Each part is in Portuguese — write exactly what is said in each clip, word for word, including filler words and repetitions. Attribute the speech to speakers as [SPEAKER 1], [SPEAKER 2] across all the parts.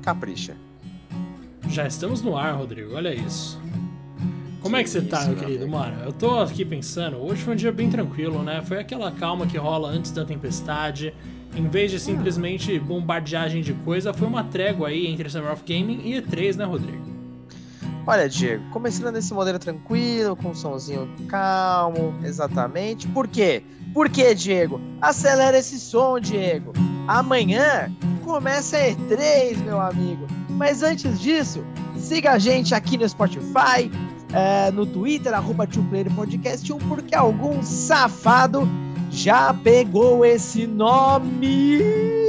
[SPEAKER 1] capricha.
[SPEAKER 2] Já estamos no ar, Rodrigo, olha isso. Como que é que você tá, meu querido? Amigo. Mano, eu tô aqui pensando, hoje foi um dia bem tranquilo, né? Foi aquela calma que rola antes da tempestade. Em vez de simplesmente bombardeagem de coisa, foi uma trégua aí entre Summer of Gaming e E três, né, Rodrigo?
[SPEAKER 1] Olha, Diego, começando nesse modelo tranquilo, com um somzinho calmo, exatamente. Por quê? Por quê, Diego? Acelera esse som, Diego. Amanhã começa a E três, meu amigo. Mas antes disso, siga a gente aqui no Spotify, é, no Twitter, arroba two player podcast um, porque algum safado já pegou esse nome.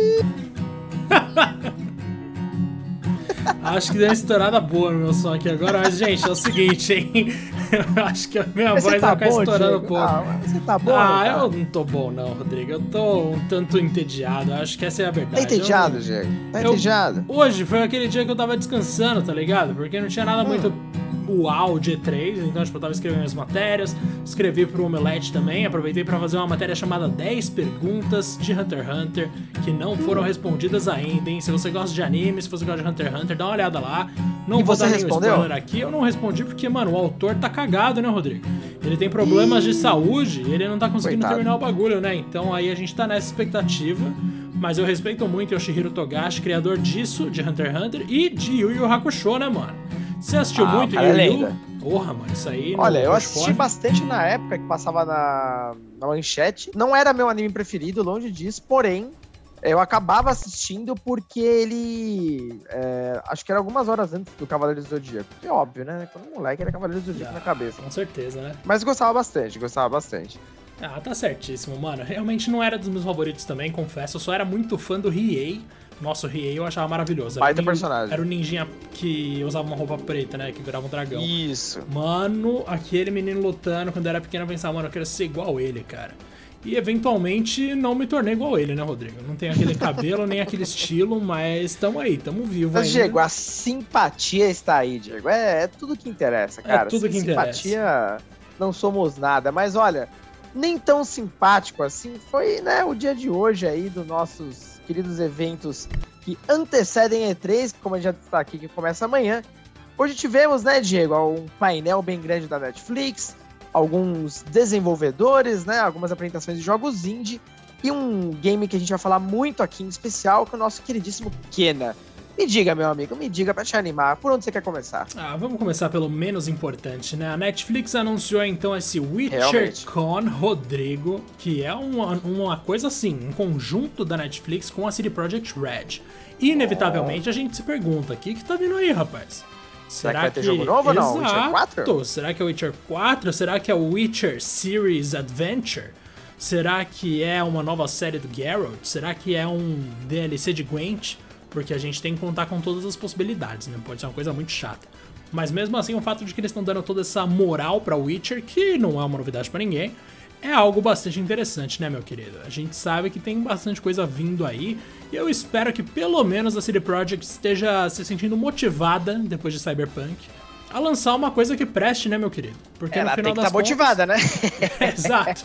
[SPEAKER 2] Acho que deu uma estourada boa no meu som aqui agora, mas, gente, é o seguinte, hein? Eu acho que a minha
[SPEAKER 1] mas
[SPEAKER 2] voz
[SPEAKER 1] tá
[SPEAKER 2] vai ficar
[SPEAKER 1] bom,
[SPEAKER 2] estourando
[SPEAKER 1] Diego?
[SPEAKER 2] um pouco.
[SPEAKER 1] Ah, você tá bom?
[SPEAKER 2] Ah,
[SPEAKER 1] cara?
[SPEAKER 2] eu não tô bom não, Rodrigo. Eu tô um tanto entediado, acho que essa é a verdade.
[SPEAKER 1] Tá entediado,
[SPEAKER 2] eu...
[SPEAKER 1] Diego? Tá
[SPEAKER 2] eu...
[SPEAKER 1] entediado?
[SPEAKER 2] Hoje foi aquele dia que eu tava descansando, tá ligado? Porque não tinha nada
[SPEAKER 1] hum.
[SPEAKER 2] muito uau de E três, então tipo, eu tava escrevendo as matérias, escrevi pro Omelete também, aproveitei pra fazer uma matéria chamada dez perguntas de Hunter x Hunter que não foram respondidas ainda, hein? Se você gosta de anime, se você gosta de Hunter x Hunter, dá uma olhada lá. Não
[SPEAKER 1] e
[SPEAKER 2] vou
[SPEAKER 1] você
[SPEAKER 2] dar nenhum
[SPEAKER 1] respondeu?
[SPEAKER 2] spoiler aqui, eu não respondi porque, mano, o autor tá cagado, né, Rodrigo? Ele tem problemas de saúde e ele não tá conseguindo
[SPEAKER 1] Coitado.
[SPEAKER 2] terminar o bagulho, né? Então aí a gente tá nessa expectativa. Mas eu respeito muito Yoshihiro Togashi, criador disso, de Hunter x Hunter e de Yu Yu Hakusho, né, mano? Você assistiu
[SPEAKER 1] ah,
[SPEAKER 2] muito
[SPEAKER 1] Yu
[SPEAKER 2] Yu? Porra, mano, isso aí...
[SPEAKER 1] Olha, eu
[SPEAKER 2] pode
[SPEAKER 1] assisti
[SPEAKER 2] fora.
[SPEAKER 1] bastante na época que passava na, na manchete. Não era meu anime preferido, longe disso, porém, eu acabava assistindo porque ele... É, acho que era algumas horas antes do Cavaleiro do Zodíaco. Que é óbvio, né? Quando um moleque era Cavaleiro do Zodíaco
[SPEAKER 2] Ah,
[SPEAKER 1] na cabeça.
[SPEAKER 2] Com certeza, né?
[SPEAKER 1] Mas gostava bastante, gostava bastante.
[SPEAKER 2] Ah, tá certíssimo, mano. Realmente não era dos meus favoritos também, confesso. Eu só era muito fã do Riei. Nossa, o Riei eu achava maravilhoso. Era
[SPEAKER 1] Baita
[SPEAKER 2] o nin-
[SPEAKER 1] personagem.
[SPEAKER 2] Era o ninjinha que usava uma roupa preta, né? Que virava um dragão.
[SPEAKER 1] Isso.
[SPEAKER 2] Mano, aquele menino lutando, quando eu era pequeno, eu pensava, mano, eu quero ser igual ele, cara. E eventualmente não me tornei igual ele, né, Rodrigo? Não tenho aquele cabelo, nem aquele estilo, mas tamo aí, tamo vivo
[SPEAKER 1] Mas,
[SPEAKER 2] ainda.
[SPEAKER 1] Diego, a simpatia está aí, Diego. É, é tudo que interessa, cara.
[SPEAKER 2] É tudo que
[SPEAKER 1] Sem
[SPEAKER 2] interessa.
[SPEAKER 1] simpatia, não somos nada. Mas, olha, nem tão simpático assim foi, né, o dia de hoje aí dos nossos queridos eventos que antecedem a E três, como a gente já está aqui, que começa amanhã. Hoje tivemos, né, Diego, um painel bem grande da Netflix, alguns desenvolvedores, né, algumas apresentações de jogos indie e um game que a gente vai falar muito aqui em especial, que é o nosso queridíssimo Kena. Me diga, meu amigo, me diga pra te animar, por onde você quer começar?
[SPEAKER 2] Ah, vamos começar pelo menos importante, né? A Netflix anunciou então esse
[SPEAKER 1] Realmente.
[SPEAKER 2] WitcherCon, Rodrigo, que é uma, uma coisa assim, um conjunto da Netflix com a C D Projekt Red. E, inevitavelmente, a gente se pergunta, o que que tá vindo aí, rapaz?
[SPEAKER 1] Será que vai ter jogo novo ou não? Witcher quatro?
[SPEAKER 2] Será que é o Witcher quatro? Será que é o Witcher Series Adventure? Será que é uma nova série do Geralt? Será que é um D L C de Gwent? Porque a gente tem que contar com todas as possibilidades, né? Pode ser uma coisa muito chata. Mas mesmo assim, o fato de que eles estão dando toda essa moral pra Witcher, que não é uma novidade pra ninguém, é algo bastante interessante, né, meu querido? A gente sabe que tem bastante coisa vindo aí, e eu espero que pelo menos a C D Projekt esteja se sentindo motivada, depois de Cyberpunk, a lançar uma coisa que preste, né, meu querido? Porque
[SPEAKER 1] Ela
[SPEAKER 2] no final
[SPEAKER 1] tem que
[SPEAKER 2] das
[SPEAKER 1] estar motivada, né?
[SPEAKER 2] Exato.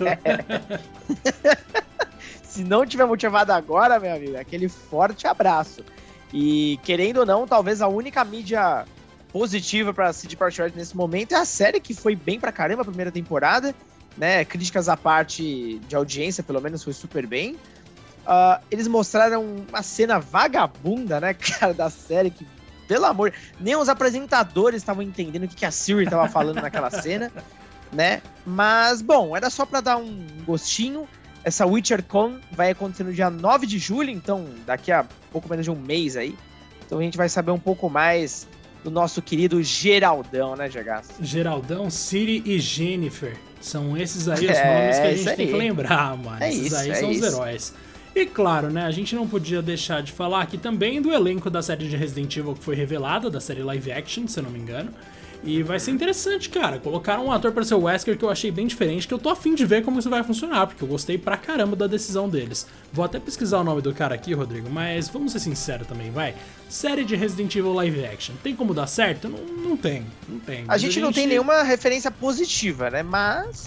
[SPEAKER 1] Se não tiver motivado agora, meu amigo, é aquele forte abraço. E, querendo ou não, talvez a única mídia positiva pra C D Projekt Red nesse momento é a série, que foi bem pra caramba a primeira temporada, né? Críticas à parte de audiência, pelo menos, foi super bem. Uh, eles mostraram uma cena vagabunda, né, cara, da série, que, pelo amor, nem os apresentadores estavam entendendo o que, que a Siri tava falando naquela cena, né? Mas, bom, era só pra dar um gostinho. Essa WitcherCon vai acontecer no dia nove de julho, então daqui a pouco menos de um mês aí. Então a gente vai saber um pouco mais do nosso querido Geraldão, né, Gegas?
[SPEAKER 2] Geraldão, Ciri e Jennifer. São esses aí os
[SPEAKER 1] É,
[SPEAKER 2] nomes que a
[SPEAKER 1] isso
[SPEAKER 2] gente tem
[SPEAKER 1] aí.
[SPEAKER 2] que lembrar, mano.
[SPEAKER 1] É
[SPEAKER 2] esses
[SPEAKER 1] isso,
[SPEAKER 2] aí
[SPEAKER 1] é
[SPEAKER 2] são
[SPEAKER 1] isso.
[SPEAKER 2] os heróis. E claro, né, a gente não podia deixar de falar aqui também do elenco da série de Resident Evil que foi revelada, da série live action, se eu não me engano. E vai ser interessante, cara. Colocaram um ator pra ser o Wesker que eu achei bem diferente, que eu tô afim de ver como isso vai funcionar, porque eu gostei pra caramba da decisão deles. Vou até pesquisar o nome do cara aqui, Rodrigo, mas vamos ser sinceros também, vai. Série de Resident Evil live action, tem como dar certo? Não, não tem, não tem.
[SPEAKER 1] A
[SPEAKER 2] Mas
[SPEAKER 1] gente não tem nenhuma referência positiva, né? Mas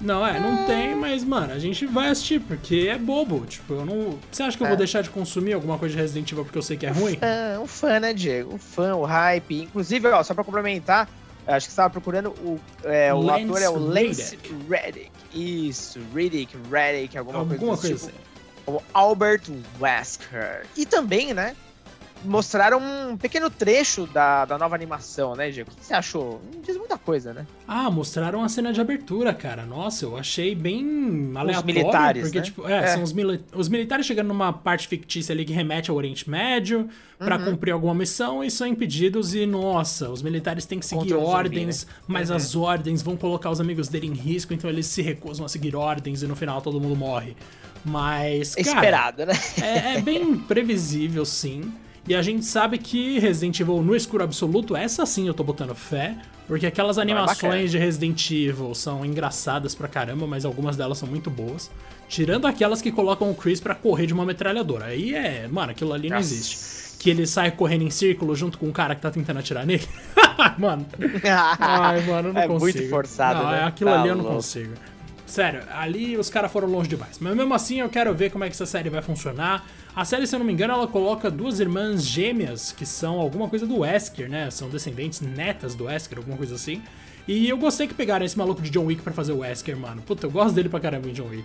[SPEAKER 2] Não, é, não tem, mas, mano, a gente vai assistir, porque é bobo. Tipo, eu não. Você acha que eu
[SPEAKER 1] É.
[SPEAKER 2] vou deixar de consumir alguma coisa de Resident Evil porque eu sei que é ruim?
[SPEAKER 1] É, um fã, né, Diego? Um fã, o hype. Inclusive, ó, só pra complementar, acho que você tava procurando o, é, o
[SPEAKER 2] Lance
[SPEAKER 1] ator é o Lance
[SPEAKER 2] Reddick.
[SPEAKER 1] Reddick. Isso, Reddick, Reddick, alguma,
[SPEAKER 2] Alguma
[SPEAKER 1] coisa
[SPEAKER 2] coisa
[SPEAKER 1] desse
[SPEAKER 2] assim.
[SPEAKER 1] tipo. O Albert Wesker. E também, né, mostraram um pequeno trecho da, da nova animação, né, Diego? O que você achou? Não diz muita coisa, né?
[SPEAKER 2] Ah, mostraram a cena de abertura, cara. Nossa, eu achei bem aleatório.
[SPEAKER 1] militares,
[SPEAKER 2] porque,
[SPEAKER 1] né?
[SPEAKER 2] tipo, é,
[SPEAKER 1] É.
[SPEAKER 2] são os, mili os militares chegando numa parte fictícia ali que remete ao Oriente Médio pra
[SPEAKER 1] Uhum.
[SPEAKER 2] cumprir alguma missão e são impedidos. E, nossa, os militares têm que seguir
[SPEAKER 1] Contra o zumbi,
[SPEAKER 2] ordens,
[SPEAKER 1] né?
[SPEAKER 2] mas
[SPEAKER 1] Uhum.
[SPEAKER 2] as ordens vão colocar os amigos dele em risco, então eles se recusam a seguir ordens e no final todo mundo morre. Mas, cara,
[SPEAKER 1] Esperado, né?
[SPEAKER 2] é, é bem previsível, sim. E a gente sabe que Resident Evil no escuro absoluto, essa sim eu tô botando fé, porque aquelas
[SPEAKER 1] bacana.
[SPEAKER 2] animações de Resident Evil são engraçadas pra caramba, mas algumas delas são muito boas. Tirando aquelas que colocam o Chris pra correr de uma metralhadora. Aí é, mano, aquilo ali não
[SPEAKER 1] Nossa.
[SPEAKER 2] existe. Que ele sai correndo em círculo junto com o cara que tá tentando atirar nele. Mano. Ai, mano, eu não
[SPEAKER 1] É
[SPEAKER 2] consigo.
[SPEAKER 1] muito forçado,
[SPEAKER 2] não,
[SPEAKER 1] né?
[SPEAKER 2] Aquilo
[SPEAKER 1] Tá
[SPEAKER 2] ali eu não
[SPEAKER 1] louco.
[SPEAKER 2] consigo. Sério, ali os caras foram longe demais. Mas mesmo assim eu quero ver como é que essa série vai funcionar. A série, se eu não me engano, ela coloca duas irmãs gêmeas, que são alguma coisa do Wesker, né? São descendentes netas do Wesker, alguma coisa assim. E eu gostei que pegaram esse maluco de John Wick pra fazer o Wesker, mano. Puta, eu gosto dele pra caramba em John Wick.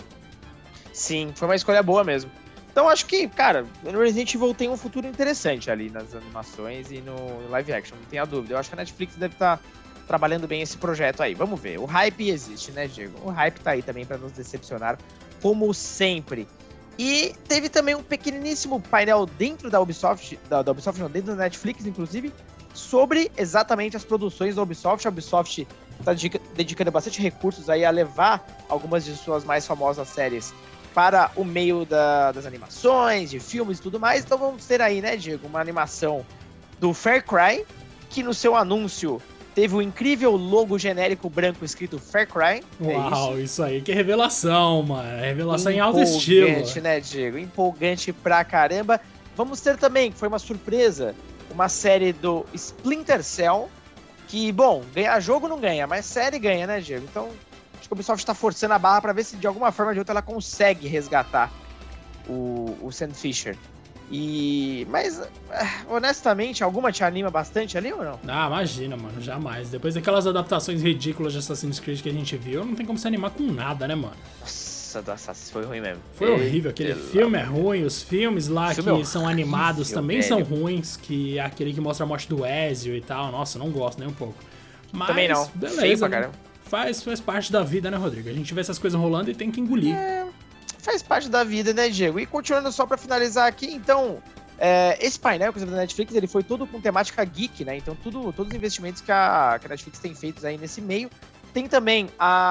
[SPEAKER 1] Sim, foi uma escolha boa mesmo. Então acho que, cara, no Resident Evil tem um futuro interessante ali nas animações e no live action, não tenha dúvida. Eu acho que a Netflix deve estar trabalhando bem esse projeto aí. Vamos ver. O hype existe, né, Diego? O hype tá aí também pra nos decepcionar, como sempre. E teve também um pequeniníssimo painel dentro da Ubisoft, da, da Ubisoft não, dentro da Netflix, inclusive, sobre exatamente as produções da Ubisoft. A Ubisoft está dedicando bastante recursos aí a levar algumas de suas mais famosas séries para o meio da, das animações, de filmes e tudo mais. Então vamos ter aí, né, Diego, uma animação do Far Cry, que no seu anúncio teve o incrível logo genérico branco escrito Far Cry.
[SPEAKER 2] Uau,
[SPEAKER 1] é isso.
[SPEAKER 2] isso aí que revelação, mano. Revelação em alto estilo.
[SPEAKER 1] Empolgante, né, Diego? Empolgante pra caramba. Vamos ter também, que foi uma surpresa, uma série do Splinter Cell, que, bom, ganhar jogo não ganha, mas série ganha, né, Diego? Então, acho que a Ubisoft tá forçando a barra pra ver se de alguma forma ou de outra ela consegue resgatar o, o Sam Fisher. E... Mas, honestamente, alguma te anima bastante ali ou não?
[SPEAKER 2] Ah, imagina, mano, jamais. Depois daquelas adaptações ridículas de Assassin's Creed que a gente viu, não tem como se animar com nada, né, mano?
[SPEAKER 1] Nossa, nossa, foi ruim mesmo.
[SPEAKER 2] Foi horrível, aquele
[SPEAKER 1] Pelo
[SPEAKER 2] filme é ruim, os filmes lá
[SPEAKER 1] filme
[SPEAKER 2] que
[SPEAKER 1] é horrível,
[SPEAKER 2] são animados também
[SPEAKER 1] velho.
[SPEAKER 2] são ruins, que é aquele que mostra a morte do Ezio e tal, nossa, não gosto nem um pouco. Mas,
[SPEAKER 1] Também não, feio
[SPEAKER 2] beleza,
[SPEAKER 1] pra
[SPEAKER 2] né?
[SPEAKER 1] caramba.
[SPEAKER 2] Faz, faz parte da vida, né, Rodrigo? A gente vê essas coisas rolando e tem que engolir.
[SPEAKER 1] É, faz parte da vida, né, Diego? E continuando só pra finalizar aqui, então, é, esse painel, inclusive, da Netflix, ele foi todo com temática geek, né? Então, tudo, todos os investimentos que a, que a Netflix tem feitos aí nesse meio. Tem também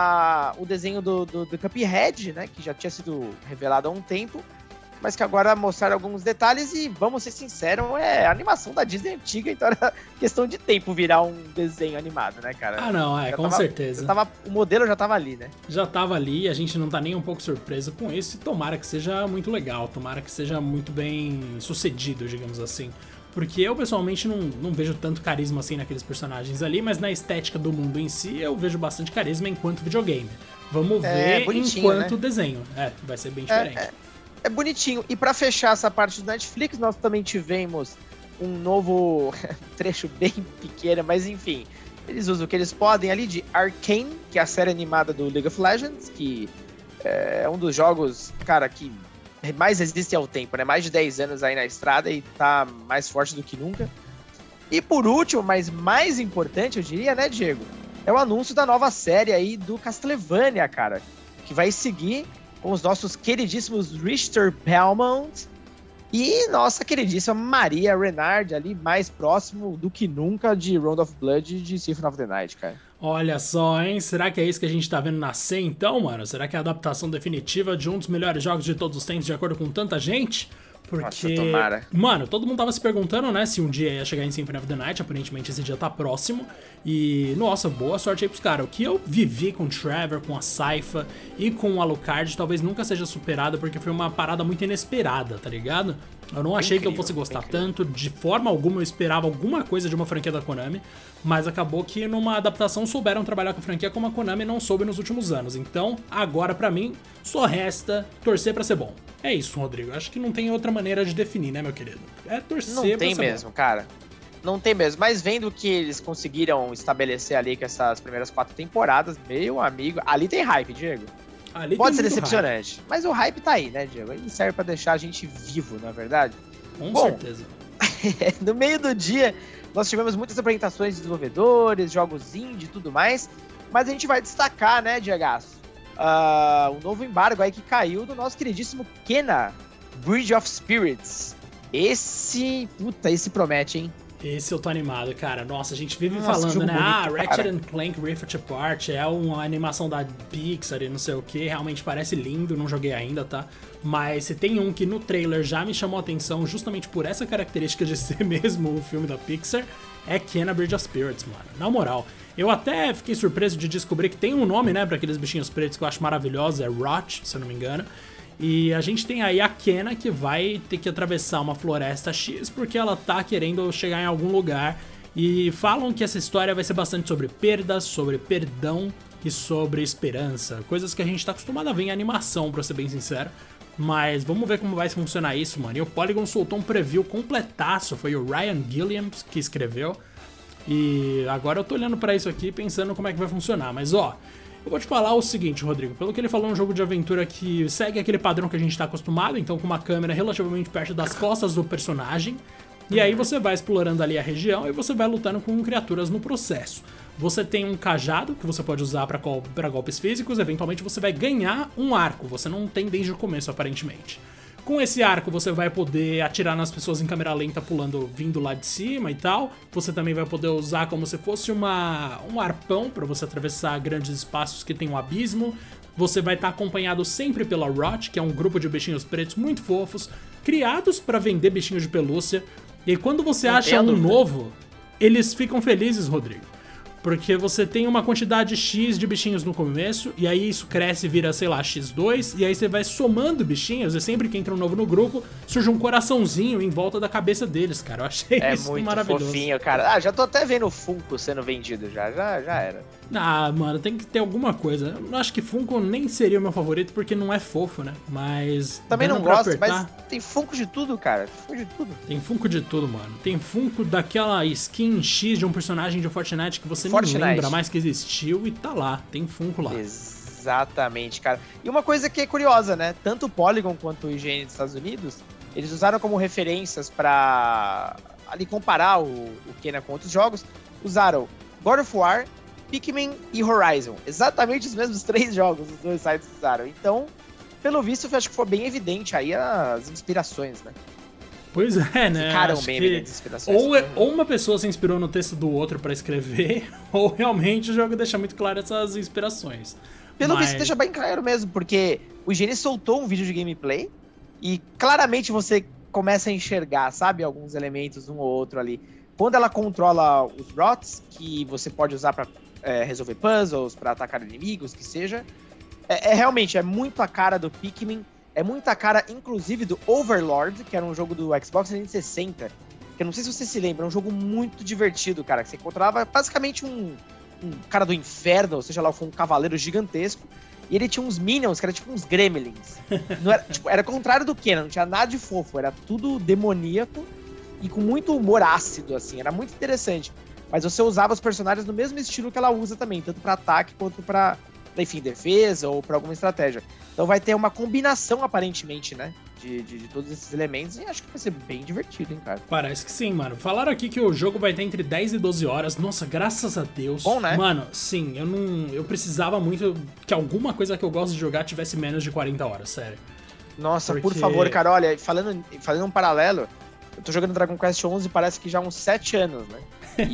[SPEAKER 1] a, o desenho do, do, do Cuphead, né? Que já tinha sido revelado há um tempo, mas que agora mostraram alguns detalhes e, vamos ser sinceros, é a animação da Disney antiga, então era questão de tempo virar um desenho animado, né, cara?
[SPEAKER 2] Ah, não, é,
[SPEAKER 1] Já
[SPEAKER 2] com
[SPEAKER 1] tava-
[SPEAKER 2] certeza.
[SPEAKER 1] já tava- o modelo já tava ali, né?
[SPEAKER 2] Já tava ali, a gente não tá nem um pouco surpreso com isso, e tomara que seja muito legal, tomara que seja muito bem sucedido, digamos assim. Porque eu, pessoalmente, não, não vejo tanto carisma assim naqueles personagens ali, mas na estética do mundo em si, eu vejo bastante carisma enquanto videogame. Vamos
[SPEAKER 1] É,
[SPEAKER 2] ver
[SPEAKER 1] bonitinho,
[SPEAKER 2] enquanto
[SPEAKER 1] né?
[SPEAKER 2] desenho. É, vai ser bem diferente.
[SPEAKER 1] É, é bonitinho. E pra fechar essa parte do Netflix, nós também tivemos um novo trecho bem pequeno, mas enfim, eles usam o que eles podem ali de Arcane, que é a série animada do League of Legends, que é um dos jogos, cara, que mais resiste ao tempo, né? Mais de dez anos aí na estrada e tá mais forte do que nunca. E por último, mas mais importante, eu diria, né, Diego? É o anúncio da nova série aí do Castlevania, cara, que vai seguir com os nossos queridíssimos Richter Belmont e nossa queridíssima Maria Renard ali, mais próximo do que nunca de Round of Blood e de Symphony of the Night, cara.
[SPEAKER 2] Olha só, hein? Será que é isso que a gente tá vendo nascer então, mano? Será que é a adaptação definitiva de um dos melhores jogos de todos os tempos, de acordo com tanta gente? Porque,
[SPEAKER 1] Nossa, tomara.
[SPEAKER 2] Mano, todo mundo tava se perguntando, né, se um dia ia chegar em Symphony of the Night, aparentemente esse dia tá próximo. E, nossa, boa sorte aí pros caras. O que eu vivi com o Trevor, com a Sypha e com o Alucard talvez nunca seja superado, porque foi uma parada muito inesperada, tá ligado? Eu não achei
[SPEAKER 1] Incrível,
[SPEAKER 2] que eu fosse gostar
[SPEAKER 1] incrível.
[SPEAKER 2] tanto, de forma alguma eu esperava alguma coisa de uma franquia da Konami, mas acabou que numa adaptação souberam trabalhar com a franquia como a Konami não soube nos últimos anos. Então, agora pra mim, só resta torcer pra ser bom. É isso, Rodrigo. Acho que não tem outra maneira de definir, né, meu querido? É torcer
[SPEAKER 1] Não
[SPEAKER 2] pra
[SPEAKER 1] tem
[SPEAKER 2] ser
[SPEAKER 1] mesmo,
[SPEAKER 2] bom.
[SPEAKER 1] cara. Não tem mesmo. Mas vendo o que eles conseguiram estabelecer ali com essas primeiras quatro temporadas, meu amigo, ali tem hype, Diego.
[SPEAKER 2] Ali
[SPEAKER 1] Pode
[SPEAKER 2] tem
[SPEAKER 1] ser
[SPEAKER 2] muito
[SPEAKER 1] decepcionante, mas o hype tá aí, né, Diego? Ele serve pra deixar a gente vivo, não é verdade?
[SPEAKER 2] hype. Com
[SPEAKER 1] Bom,
[SPEAKER 2] certeza.
[SPEAKER 1] No meio do dia, nós tivemos muitas apresentações de desenvolvedores, jogos indie e tudo mais, mas a gente vai destacar, né, Diego, uh, o novo embargo aí que caiu do nosso queridíssimo Kena, Bridge of Spirits. Esse, puta, esse promete, hein?
[SPEAKER 2] Esse eu tô animado, cara. Nossa, a gente vive
[SPEAKER 1] Nossa,
[SPEAKER 2] falando,
[SPEAKER 1] jogo
[SPEAKER 2] né?
[SPEAKER 1] bonito,
[SPEAKER 2] Ah, Ratchet
[SPEAKER 1] cara.
[SPEAKER 2] and Clank Rift Apart é uma animação da Pixar e não sei o que. Realmente parece lindo, não joguei ainda, tá? Mas se tem um que no trailer já me chamou a atenção justamente por essa característica de ser mesmo o filme da Pixar, é Kena Bridge of Spirits, mano. Na moral, eu até fiquei surpreso de descobrir que tem um nome, né, pra aqueles bichinhos pretos que eu acho maravilhosos, é Rot, se eu não me engano. E a gente tem aí a Kena que vai ter que atravessar uma floresta X porque ela tá querendo chegar em algum lugar. E falam que essa história vai ser bastante sobre perdas, sobre perdão e sobre esperança. Coisas que a gente tá acostumado a ver em animação, pra ser bem sincero. Mas vamos ver como vai funcionar isso, mano. E o Polygon soltou um preview completaço, foi o Ryan Gilliams que escreveu. E agora eu tô olhando pra isso aqui pensando como é que vai funcionar. Mas ó, eu vou te falar o seguinte, Rodrigo. Pelo que ele falou, é um jogo de aventura que segue aquele padrão que a gente tá acostumado. Então com uma câmera relativamente perto das costas do personagem. E aí você vai explorando ali a região e você vai lutando com criaturas no processo. Você tem um cajado que você pode usar para golpes físicos, eventualmente você vai ganhar um arco, você não tem desde o começo aparentemente. Com esse arco você vai poder atirar nas pessoas em câmera lenta pulando, vindo lá de cima e tal. Você também vai poder usar como se fosse uma, um arpão para você atravessar grandes espaços que tem um abismo. Você vai estar acompanhado sempre pela Rot, que é um grupo de bichinhos pretos muito fofos, criados para vender bichinhos de pelúcia. E quando você
[SPEAKER 1] Não
[SPEAKER 2] acha
[SPEAKER 1] tenho
[SPEAKER 2] um
[SPEAKER 1] dúvida.
[SPEAKER 2] novo, eles ficam felizes, Rodrigo. Porque você tem uma quantidade X de bichinhos no começo, e aí isso cresce e vira, sei lá, xis dois, e aí você vai somando bichinhos, e sempre que entra um novo no grupo, surge um coraçãozinho em volta da cabeça deles, cara. Eu achei
[SPEAKER 1] É
[SPEAKER 2] isso
[SPEAKER 1] muito
[SPEAKER 2] maravilhoso.
[SPEAKER 1] fofinho, cara. Ah, já tô até vendo o Funko sendo vendido já, já, já era.
[SPEAKER 2] Ah, mano, tem que ter alguma coisa. Eu acho que Funko nem seria o meu favorito, porque não é fofo, né? Mas...
[SPEAKER 1] Também
[SPEAKER 2] dando
[SPEAKER 1] não
[SPEAKER 2] pra
[SPEAKER 1] gosto,
[SPEAKER 2] apertar,
[SPEAKER 1] mas tem Funko de tudo, cara. Funko de tudo.
[SPEAKER 2] tem Funko de tudo, mano. Tem Funko daquela skin X de um personagem de Fortnite que você
[SPEAKER 1] Fortnite.
[SPEAKER 2] nem lembra mais que existiu e tá lá. Tem Funko lá.
[SPEAKER 1] Exatamente, cara. E uma coisa que é curiosa, né? Tanto o Polygon quanto o I G N dos Estados Unidos, eles usaram como referências pra ali comparar o, o Kena com outros jogos. Usaram God of War, Pikmin e Horizon. Exatamente os mesmos três jogos os dois sites usaram. Então, pelo visto, eu acho que foi bem evidente aí as inspirações, né?
[SPEAKER 2] Pois é, né?
[SPEAKER 1] Ficaram
[SPEAKER 2] Acho
[SPEAKER 1] bem
[SPEAKER 2] que
[SPEAKER 1] evidentes as inspirações.
[SPEAKER 2] ou, é- ou uma pessoa se inspirou no texto do outro pra escrever, ou realmente o jogo deixa muito claro essas inspirações.
[SPEAKER 1] Pelo
[SPEAKER 2] Mas-
[SPEAKER 1] visto, deixa bem claro mesmo, porque o I G N soltou um vídeo de gameplay e claramente você começa a enxergar, sabe, alguns elementos, um ou outro ali. Quando ela controla os Rots, que você pode usar pra é, resolver puzzles, pra atacar inimigos, que seja, é, é realmente, é muito a cara do Pikmin, é muito a cara, inclusive, do Overlord, que era um jogo do Xbox trezentos e sessenta, que eu não sei se você se lembra, é um jogo muito divertido, cara, que você controlava basicamente um, um cara do inferno, ou seja lá, foi um cavaleiro gigantesco, e ele tinha uns minions, que era tipo uns gremlins. Não era, tipo, era o contrário do Kenan, não tinha nada de fofo, era tudo demoníaco e com muito humor ácido, assim, era muito interessante. Mas você usava os personagens no mesmo estilo que ela usa também, tanto pra ataque quanto pra, enfim, defesa ou pra alguma estratégia. Então vai ter uma combinação, aparentemente, né, de, de, de todos esses elementos, e acho que vai ser bem divertido, hein, cara.
[SPEAKER 2] Parece que sim, mano. Falaram aqui que o jogo vai ter entre dez e doze horas. Nossa, graças a Deus.
[SPEAKER 1] Bom, né?
[SPEAKER 2] Mano, sim, eu não. Eu precisava muito que alguma coisa que eu gosto de jogar tivesse menos de quarenta horas, sério.
[SPEAKER 1] Nossa,
[SPEAKER 2] Porque-
[SPEAKER 1] por favor, cara, olha, falando, fazendo um paralelo, eu tô jogando Dragon Quest onze parece que já há uns sete anos, né?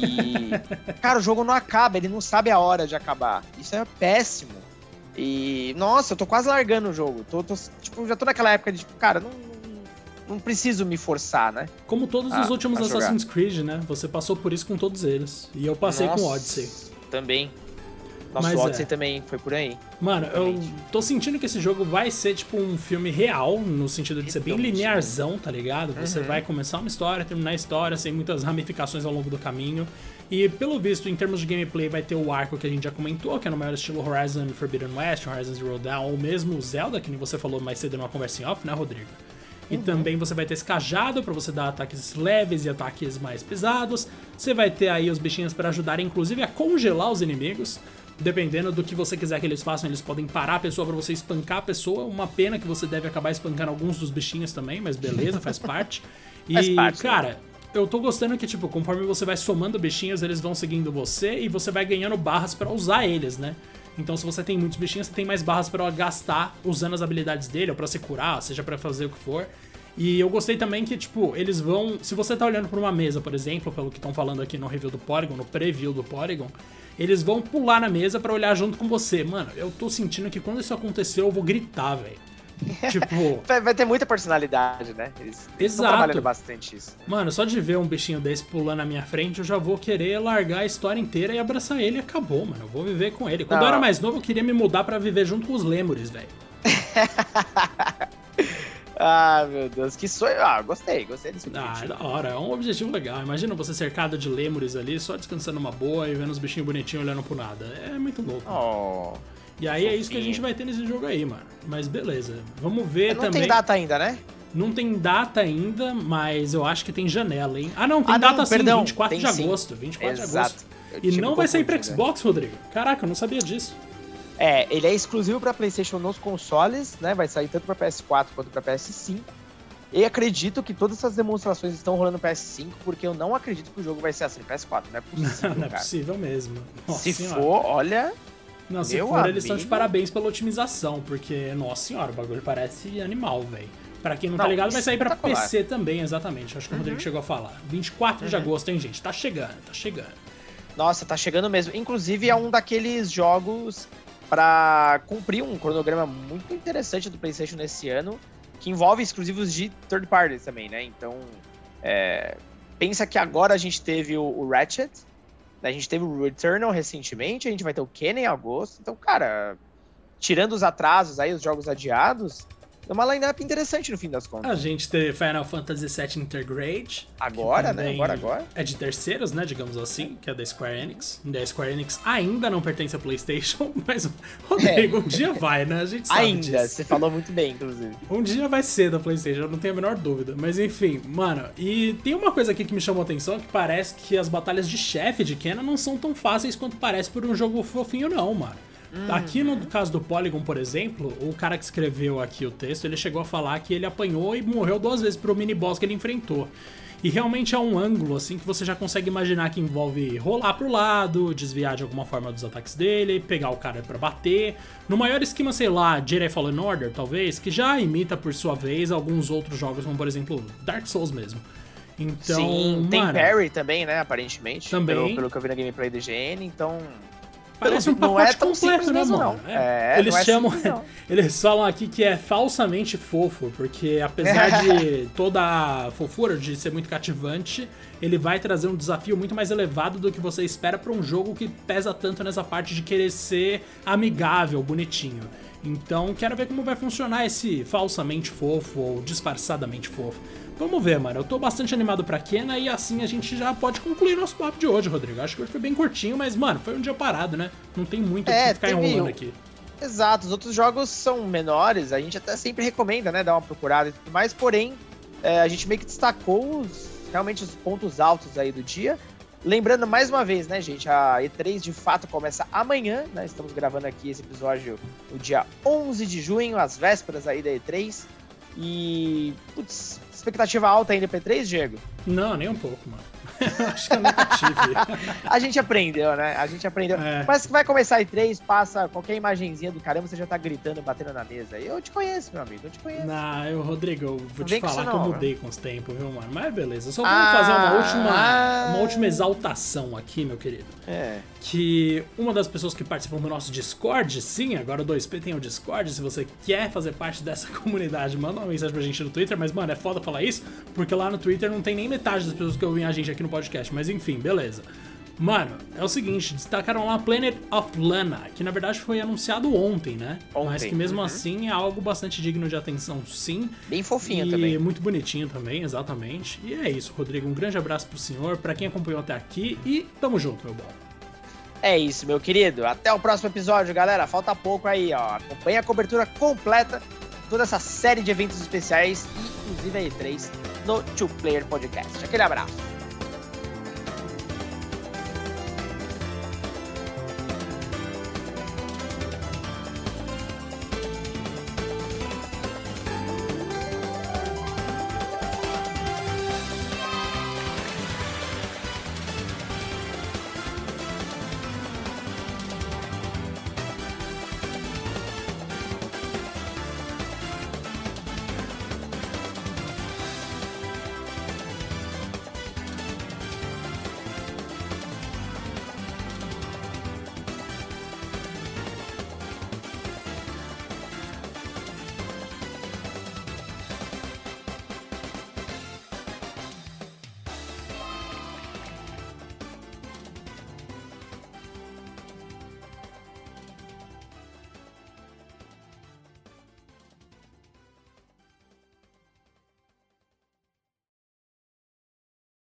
[SPEAKER 1] E, cara, o jogo não acaba, ele não sabe a hora de acabar. Isso é péssimo. E, nossa, eu tô quase largando o jogo. Tô, tô, tipo, já tô naquela época de, tipo, cara, não, não, não preciso me forçar, né?
[SPEAKER 2] Como todos
[SPEAKER 1] ah,
[SPEAKER 2] os últimos Assassin's Creed, né? Você passou por isso com todos eles. E eu passei Nossa, com Odyssey.
[SPEAKER 1] Também. Nosso
[SPEAKER 2] Mas
[SPEAKER 1] Odyssey
[SPEAKER 2] é.
[SPEAKER 1] também foi por aí.
[SPEAKER 2] Mano, eu tô sentindo que esse jogo vai ser tipo um filme real, no sentido de ser bem linearzão, tá ligado? Você uhum. vai começar uma história, terminar a história, sem muitas ramificações ao longo do caminho. E pelo visto, em termos de gameplay, vai ter o arco que a gente já comentou, que é no maior estilo Horizon Forbidden West, Horizon Zero Dawn, ou mesmo o Zelda, que nem você falou mais cedo numa conversa em off, né, Rodrigo? E uhum. também você vai ter esse cajado pra você dar ataques leves e ataques mais pesados. Você vai ter aí os bichinhos pra ajudarem, inclusive, a congelar os inimigos. Dependendo do que você quiser que eles façam, eles podem parar a pessoa pra você espancar a pessoa. Uma pena que você deve acabar espancando alguns dos bichinhos também, mas beleza, faz parte. E, faz parte, cara, né? Eu tô gostando que, tipo, conforme você vai somando bichinhos, eles vão seguindo você e você vai ganhando barras pra usar eles, né? Então, se você tem muitos bichinhos, você tem mais barras pra gastar usando as habilidades dele, ou pra se curar, seja pra fazer o que for. E eu gostei também que, tipo, eles vão... Se você tá olhando pra uma mesa, por exemplo, pelo que estão falando aqui no review do Polygon, no preview do Polygon, eles vão pular na mesa pra olhar junto com você. Mano, eu tô sentindo que quando isso acontecer, eu vou gritar, velho. Tipo...
[SPEAKER 1] Vai ter muita personalidade, né? Eles estão trabalhando bastante isso. Né?
[SPEAKER 2] Mano, só de ver um bichinho desse pulando na minha frente, eu já vou querer largar a história inteira e abraçar ele e acabou, mano. Eu vou viver com ele. Quando Não. eu era mais novo, eu queria me mudar pra viver junto com os lêmures, velho.
[SPEAKER 1] Ah, meu Deus, que sonho. Ah, gostei, gostei desse
[SPEAKER 2] objetivo. Ah, é da hora, é um objetivo legal. Imagina você cercado de lêmures ali, só descansando uma boa e vendo os bichinhos bonitinhos olhando pro nada. É muito louco.
[SPEAKER 1] Oh,
[SPEAKER 2] e aí fofinho. É isso que a gente vai ter nesse jogo aí, mano. Mas beleza, vamos ver
[SPEAKER 1] não
[SPEAKER 2] também.
[SPEAKER 1] Não tem data ainda, né?
[SPEAKER 2] Não tem data ainda, mas eu acho que tem janela, hein? Ah, não, tem
[SPEAKER 1] ah,
[SPEAKER 2] data
[SPEAKER 1] não,
[SPEAKER 2] sim,
[SPEAKER 1] perdão,
[SPEAKER 2] vinte e quatro
[SPEAKER 1] tem
[SPEAKER 2] de
[SPEAKER 1] sim.
[SPEAKER 2] agosto. vinte e quatro
[SPEAKER 1] Exato.
[SPEAKER 2] de agosto. E não vai sair pra Xbox, né? Rodrigo. Caraca, eu não sabia disso.
[SPEAKER 1] É, ele é exclusivo pra PlayStation nos consoles, né? Vai sair tanto pra P S quatro quanto pra P S cinco. E acredito que todas essas demonstrações estão rolando no P S cinco, porque eu não acredito que o jogo vai ser assim no P S quatro. Não é possível,
[SPEAKER 2] Não é
[SPEAKER 1] cara.
[SPEAKER 2] possível mesmo. Nossa
[SPEAKER 1] Se
[SPEAKER 2] senhora.
[SPEAKER 1] for, olha...
[SPEAKER 2] Não, se for, amigo... eles estão de parabéns pela otimização, porque, nossa senhora, o bagulho parece animal, velho. Pra quem não, não tá ligado, vai sair pra P C também, exatamente. Acho que uhum. o Rodrigo chegou a falar. vinte e quatro uhum. de agosto, hein, gente? Tá chegando, tá chegando.
[SPEAKER 1] Nossa, tá chegando mesmo. Inclusive, é um daqueles jogos pra cumprir um cronograma muito interessante do PlayStation nesse ano, que envolve exclusivos de third parties também, né? Então, é... pensa que agora a gente teve o, o Ratchet, a gente teve o Returnal recentemente, a gente vai ter o Ken em agosto. Então, cara, tirando os atrasos aí, os jogos adiados, é uma line-up interessante no fim das contas.
[SPEAKER 2] A gente teve Final Fantasy sete Intergrade.
[SPEAKER 1] Agora, né? Agora, agora.
[SPEAKER 2] É de terceiros, né? Digamos assim, que é da Square Enix. Da Square Enix ainda não pertence à PlayStation, mas, Rodrigo, é. um dia vai, né? A gente sabe
[SPEAKER 1] ainda,
[SPEAKER 2] disso.
[SPEAKER 1] Você falou muito bem, inclusive.
[SPEAKER 2] Um dia vai ser da PlayStation, eu não tenho a menor dúvida. Mas enfim, mano, e tem uma coisa aqui que me chamou a atenção, que parece que as batalhas de chefe de Kena não são tão fáceis quanto parece por um jogo fofinho, não, mano. Hum. Aqui no caso do Polygon, por exemplo, o cara que escreveu aqui o texto, ele chegou a falar que ele apanhou e morreu duas vezes pro mini-boss que ele enfrentou. E realmente é um ângulo, assim, que você já consegue imaginar que envolve rolar pro lado, desviar de alguma forma dos ataques dele, pegar o cara pra bater. No maior esquema, sei lá, Jedi Fallen Order, talvez, que já imita, por sua vez, alguns outros jogos, como por exemplo Dark Souls mesmo. Então,
[SPEAKER 1] Sim, tem
[SPEAKER 2] mano,
[SPEAKER 1] parry também, né, aparentemente.
[SPEAKER 2] Também.
[SPEAKER 1] Pelo, pelo que eu vi na gameplay do I G N, então...
[SPEAKER 2] Parece um pacote
[SPEAKER 1] não é tão
[SPEAKER 2] completo, né,
[SPEAKER 1] mesmo,
[SPEAKER 2] mano?
[SPEAKER 1] Não. É,
[SPEAKER 2] eles
[SPEAKER 1] não é
[SPEAKER 2] chamam,
[SPEAKER 1] simples, não.
[SPEAKER 2] Eles falam aqui que é falsamente fofo, porque apesar de toda a fofura, de ser muito cativante, ele vai trazer um desafio muito mais elevado do que você espera pra um jogo que pesa tanto nessa parte de querer ser amigável, bonitinho. Então, quero ver como vai funcionar esse falsamente fofo ou disfarçadamente fofo. Vamos ver, mano. Eu tô bastante animado pra Kena e assim a gente já pode concluir nosso papo de hoje, Rodrigo. Acho que hoje foi bem curtinho, mas, mano, foi um dia parado, né? Não tem muito o
[SPEAKER 1] é,
[SPEAKER 2] que ficar
[SPEAKER 1] teve...
[SPEAKER 2] enrolando aqui.
[SPEAKER 1] Exato. Os outros jogos são menores, a gente até sempre recomenda, né? Dar uma procurada e tudo mais, porém, é, a gente meio que destacou os, realmente os pontos altos aí do dia. Lembrando mais uma vez, né, gente, a E três de fato começa amanhã, né? Estamos gravando aqui esse episódio no dia onze de junho, às vésperas aí da E três. E, putz, expectativa alta ainda pra E três, Diego?
[SPEAKER 2] Não, nem um pouco, mano. Acho que eu nunca tive.
[SPEAKER 1] A gente aprendeu, né? A gente aprendeu.
[SPEAKER 2] É.
[SPEAKER 1] Mas que vai começar a E três, passa qualquer imagenzinha do caramba, você já tá gritando, batendo na mesa. Eu te conheço, meu amigo, eu te conheço.
[SPEAKER 2] Não, eu, Rodrigo, eu vou
[SPEAKER 1] Não
[SPEAKER 2] te
[SPEAKER 1] vem com
[SPEAKER 2] falar
[SPEAKER 1] isso
[SPEAKER 2] que eu
[SPEAKER 1] não,
[SPEAKER 2] mudei
[SPEAKER 1] né?
[SPEAKER 2] com os tempos, viu, mano? Mas beleza, só vamos
[SPEAKER 1] Ah,
[SPEAKER 2] fazer uma última,
[SPEAKER 1] ah.
[SPEAKER 2] uma última exaltação aqui, meu querido.
[SPEAKER 1] É.
[SPEAKER 2] Que uma das pessoas que participam do nosso Discord, sim, agora o dois P tem o Discord, se você quer fazer parte dessa comunidade, manda uma mensagem pra gente no Twitter, mas, mano, é foda falar isso, porque lá no Twitter não tem nem metade das pessoas que ouvem a gente aqui no podcast, mas enfim, beleza. Mano, é o seguinte, destacaram lá Planet of Lana, que na verdade foi anunciado ontem, né?
[SPEAKER 1] Ontem.
[SPEAKER 2] Mas que mesmo
[SPEAKER 1] Uhum.
[SPEAKER 2] assim é algo bastante digno de atenção, sim.
[SPEAKER 1] Bem fofinho
[SPEAKER 2] e
[SPEAKER 1] também.
[SPEAKER 2] muito bonitinho também, exatamente. E é isso, Rodrigo, um grande abraço pro senhor, pra quem acompanhou até aqui e tamo junto, meu bom.
[SPEAKER 1] É isso, meu querido. Até o próximo episódio, galera. Falta pouco aí, ó. Acompanhe a cobertura completa de toda essa série de eventos especiais e inclusive a E três no Two Player Podcast. Aquele abraço.